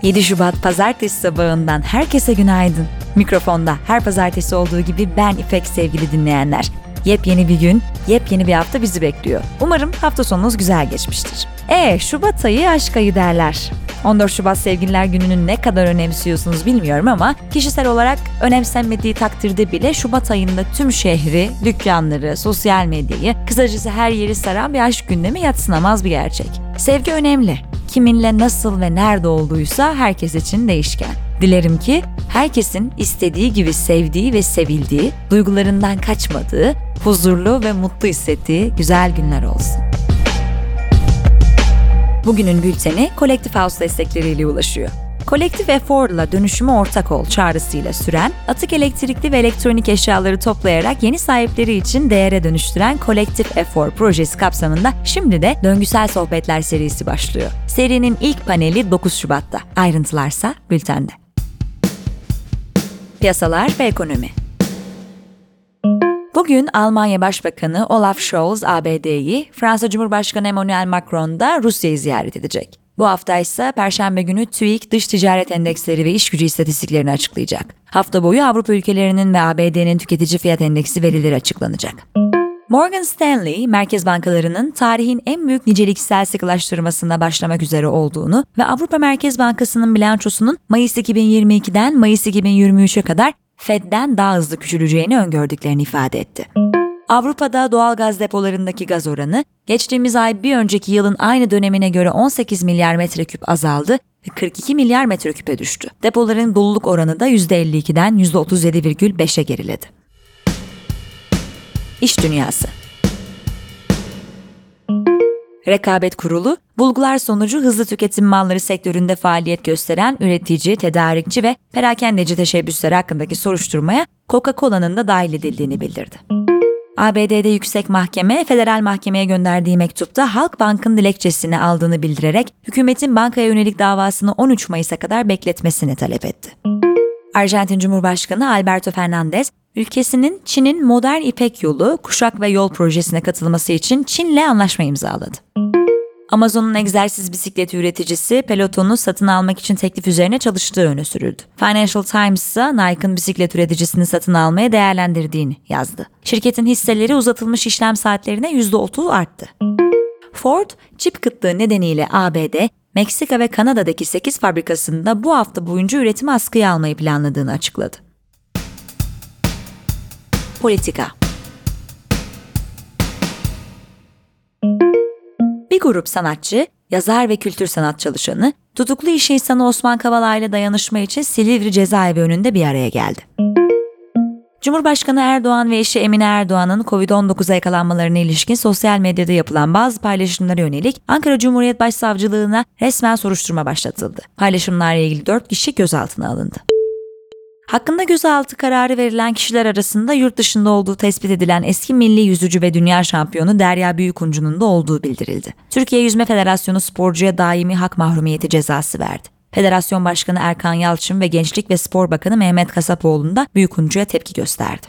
7 Şubat Pazartesi sabahından herkese günaydın. Mikrofonda her pazartesi olduğu gibi ben İpek sevgili dinleyenler. Yepyeni bir gün, yepyeni bir hafta bizi bekliyor. Umarım hafta sonunuz güzel geçmiştir. Şubat ayı aşk ayı derler. 14 Şubat Sevgililer Günü'nü ne kadar önemsiyorsunuz bilmiyorum ama kişisel olarak önemsenmediği takdirde bile Şubat ayında tüm şehri, dükkanları, sosyal medyayı, kısacası her yeri saran bir aşk gündemi yadsınamaz bir gerçek. Sevgi önemli. Kiminle nasıl ve nerede olduysa herkes için değişken. Dilerim ki herkesin istediği gibi sevdiği ve sevildiği, duygularından kaçmadığı, huzurlu ve mutlu hissettiği güzel günler olsun. Bugünün bülteni Collective House destekleriyle ulaşıyor. Collective Effort'la dönüşüme ortak ol çağrısıyla süren, atık elektrikli ve elektronik eşyaları toplayarak yeni sahipleri için değere dönüştüren Collective Effort projesi kapsamında şimdi de Döngüsel Sohbetler serisi başlıyor. Serinin ilk paneli 9 Şubat'ta. Ayrıntılarsa bültende. Piyasalar ve ekonomi. Bugün Almanya Başbakanı Olaf Scholz ABD'yi, Fransa Cumhurbaşkanı Emmanuel Macron da Rusya'yı ziyaret edecek. Bu hafta ise Perşembe günü TÜİK dış ticaret endeksleri ve iş gücü istatistiklerini açıklayacak. Hafta boyu Avrupa ülkelerinin ve ABD'nin tüketici fiyat endeksi verileri açıklanacak. Morgan Stanley, merkez bankalarının tarihin en büyük niceliksel sıkılaştırmasına başlamak üzere olduğunu ve Avrupa Merkez Bankası'nın bilançosunun Mayıs 2022'den Mayıs 2023'e kadar Fed'den daha hızlı küçüleceğini öngördüklerini ifade etti. Avrupa'da doğalgaz depolarındaki gaz oranı, geçtiğimiz ay bir önceki yılın aynı dönemine göre 18 milyar metreküp azaldı ve 42 milyar metreküpe düştü. Depoların doluluk oranı da %52'den %37,5'e geriledi. İş dünyası. Rekabet Kurulu, bulgular sonucu hızlı tüketim malları sektöründe faaliyet gösteren üretici, tedarikçi ve perakendeci teşebbüsleri hakkındaki soruşturmaya Coca-Cola'nın da dahil edildiğini bildirdi. ABD'de Yüksek Mahkeme, Federal Mahkeme'ye gönderdiği mektupta Halkbank'ın dilekçesini aldığını bildirerek hükümetin bankaya yönelik davasını 13 Mayıs'a kadar bekletmesini talep etti. Arjantin Cumhurbaşkanı Alberto Fernandez, ülkesinin Çin'in Modern İpek Yolu, Kuşak ve Yol projesine katılması için Çin'le anlaşma imzaladı. Amazon'un egzersiz bisikleti üreticisi Peloton'u satın almak için teklif üzerine çalıştığı öne sürüldü. Financial Times ise Nike'ın bisiklet üreticisini satın almaya değerlendirdiğini yazdı. Şirketin hisseleri uzatılmış işlem saatlerine %30 arttı. Ford, çip kıtlığı nedeniyle ABD, Meksika ve Kanada'daki 8 fabrikasında bu hafta boyunca üretimi askıya almayı planladığını açıkladı. Politika. Bir grup sanatçı, yazar ve kültür sanat çalışanı, tutuklu iş insanı Osman Kavala ile dayanışma için Silivri cezaevi önünde bir araya geldi. Cumhurbaşkanı Erdoğan ve eşi Emine Erdoğan'ın Covid-19'a yakalanmalarına ilişkin sosyal medyada yapılan bazı paylaşımlara yönelik Ankara Cumhuriyet Başsavcılığına resmen soruşturma başlatıldı. Paylaşımlarla ilgili 4 kişi gözaltına alındı. Hakkında gözaltı kararı verilen kişiler arasında yurt dışında olduğu tespit edilen eski milli yüzücü ve dünya şampiyonu Derya Büyükuncu'nun da olduğu bildirildi. Türkiye Yüzme Federasyonu sporcuya daimi hak mahrumiyeti cezası verdi. Federasyon Başkanı Erkan Yalçın ve Gençlik ve Spor Bakanı Mehmet Kasapoğlu da Büyükuncu'ya tepki gösterdi.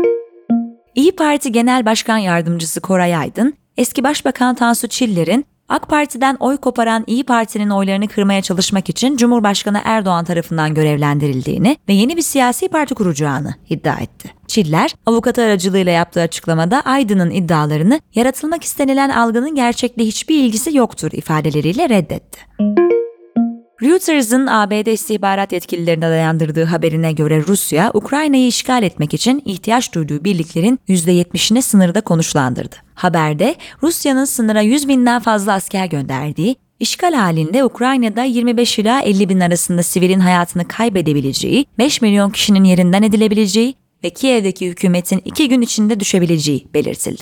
İYİ Parti Genel Başkan Yardımcısı Koray Aydın, eski Başbakan Tansu Çiller'in AK Parti'den oy koparan İYİ Parti'nin oylarını kırmaya çalışmak için Cumhurbaşkanı Erdoğan tarafından görevlendirildiğini ve yeni bir siyasi parti kuracağını iddia etti. Çiller, avukatı aracılığıyla yaptığı açıklamada Aydın'ın iddialarını yaratılmak istenilen algının gerçekle hiçbir ilgisi yoktur ifadeleriyle reddetti. Reuters'ın ABD istihbarat yetkililerine dayandırdığı haberine göre Rusya, Ukrayna'yı işgal etmek için ihtiyaç duyduğu birliklerin %70'ini sınırda konuşlandırdı. Haberde Rusya'nın sınıra 100 binden fazla asker gönderdiği, işgal halinde Ukrayna'da 25 ila 50 bin arasında sivilin hayatını kaybedebileceği, 5 milyon kişinin yerinden edilebileceği ve Kiev'deki hükümetin 2 gün içinde düşebileceği belirtildi.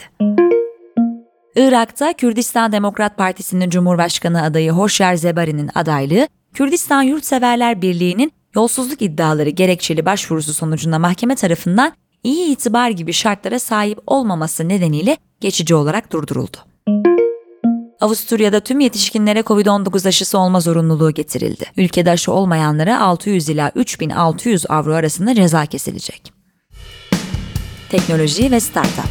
Irak'ta Kürdistan Demokrat Partisi'nin Cumhurbaşkanı adayı Hoşyar Zebari'nin adaylığı, Kürdistan Yurtseverler Birliği'nin yolsuzluk iddiaları gerekçeli başvurusu sonucunda mahkeme tarafından iyi itibar gibi şartlara sahip olmaması nedeniyle geçici olarak durduruldu. Avusturya'da tüm yetişkinlere Covid-19 aşısı olma zorunluluğu getirildi. Ülkede aşı olmayanlara 600 ila 3600 avro arasında ceza kesilecek. Teknoloji ve Startup.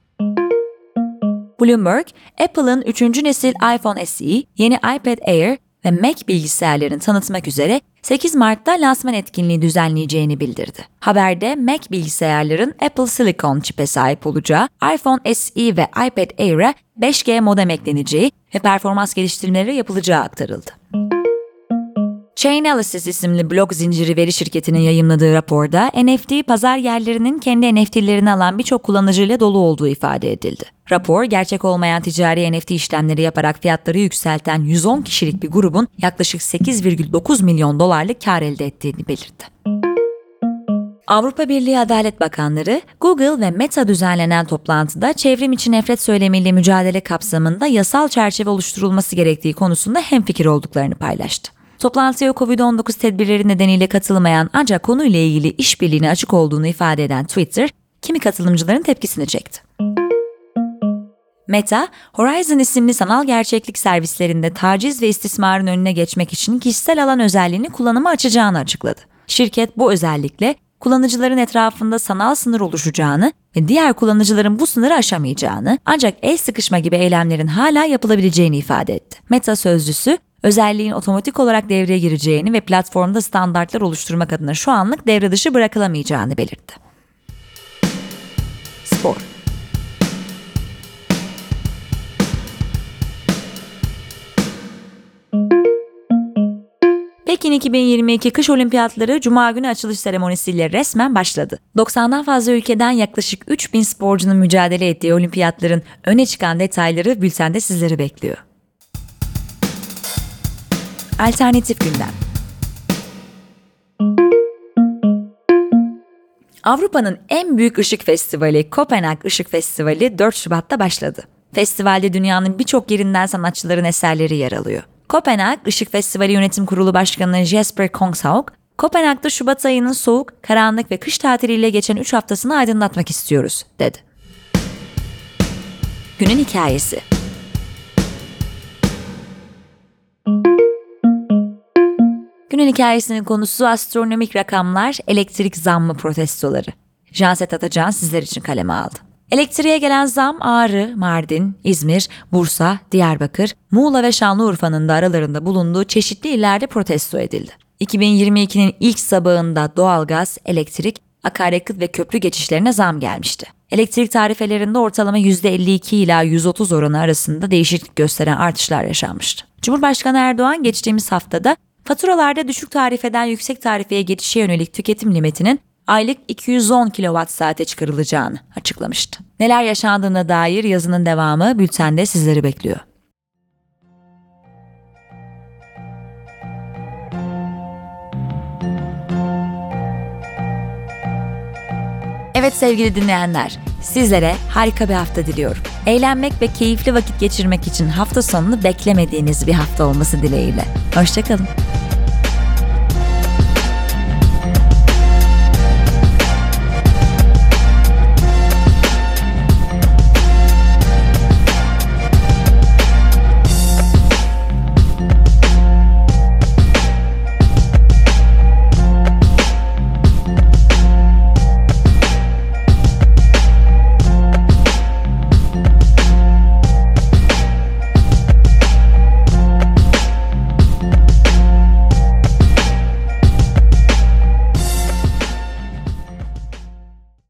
Bloomberg, Apple'ın 3. nesil iPhone SE, yeni iPad Air, ve Mac bilgisayarlarını tanıtmak üzere 8 Mart'ta lansman etkinliği düzenleyeceğini bildirdi. Haberde Mac bilgisayarların Apple Silicon çipe sahip olacağı, iPhone SE ve iPad Air'e 5G modem ekleneceği ve performans geliştirmeleri yapılacağı aktarıldı. Chainalysis isimli blog zinciri veri şirketinin yayımladığı raporda NFT pazar yerlerinin kendi NFT'lerini alan birçok kullanıcıyla dolu olduğu ifade edildi. Rapor, gerçek olmayan ticari NFT işlemleri yaparak fiyatları yükselten 110 kişilik bir grubun yaklaşık 8,9 milyon dolarlık kar elde ettiğini belirtti. Avrupa Birliği Adalet Bakanları, Google ve Meta düzenlenen toplantıda çevrim içi nefret söylemiyle mücadele kapsamında yasal çerçeve oluşturulması gerektiği konusunda hemfikir olduklarını paylaştı. Toplantıya COVID-19 tedbirleri nedeniyle katılmayan ancak konuyla ilgili işbirliğine açık olduğunu ifade eden Twitter, kimi katılımcıların tepkisini çekti. Meta, Horizon isimli sanal gerçeklik servislerinde taciz ve istismarın önüne geçmek için kişisel alan özelliğini kullanıma açacağını açıkladı. Şirket bu özellikle kullanıcıların etrafında sanal sınır oluşacağını ve diğer kullanıcıların bu sınırı aşamayacağını, ancak el sıkışma gibi eylemlerin hala yapılabileceğini ifade etti. Meta sözcüsü, özelliğin otomatik olarak devreye gireceğini ve platformda standartlar oluşturmak adına şu anlık devre dışı bırakılamayacağını belirtti. Spor. Pekin 2022 Kış Olimpiyatları Cuma günü açılış seremonisiyle resmen başladı. 90'dan fazla ülkeden yaklaşık 3000 sporcunun mücadele ettiği olimpiyatların öne çıkan detayları bültende sizleri bekliyor. Alternatif gündem. Avrupa'nın en büyük ışık festivali Kopenhag Işık Festivali 4 Şubat'ta başladı. Festivalde dünyanın birçok yerinden sanatçıların eserleri yer alıyor. Kopenhag Işık Festivali Yönetim Kurulu Başkanı Jesper Kongshaug, Kopenhag'da Şubat ayının soğuk, karanlık ve kış tatiliyle geçen 3 haftasını aydınlatmak istiyoruz, dedi. Günün hikayesi. Günün hikayesinin konusu astronomik rakamlar, elektrik zammı protestoları. Janset Atacan sizler için kaleme aldı. Elektriğe gelen zam Ağrı, Mardin, İzmir, Bursa, Diyarbakır, Muğla ve Şanlıurfa'nın da aralarında bulunduğu çeşitli illerde protesto edildi. 2022'nin ilk sabahında doğalgaz, elektrik, akaryakıt ve köprü geçişlerine zam gelmişti. Elektrik tarifelerinde ortalama %52 ila %130 oranı arasında değişiklik gösteren artışlar yaşanmıştı. Cumhurbaşkanı Erdoğan geçtiğimiz haftada faturalarda düşük tarifeden yüksek tarifeye geçişe yönelik tüketim limitinin aylık 210 kWh çıkarılacağını açıklamıştı. Neler yaşandığına dair yazının devamı bültende sizleri bekliyor. Evet sevgili dinleyenler, sizlere harika bir hafta diliyorum. Eğlenmek ve keyifli vakit geçirmek için hafta sonunu beklemediğiniz bir hafta olması dileğiyle. Hoşça kalın.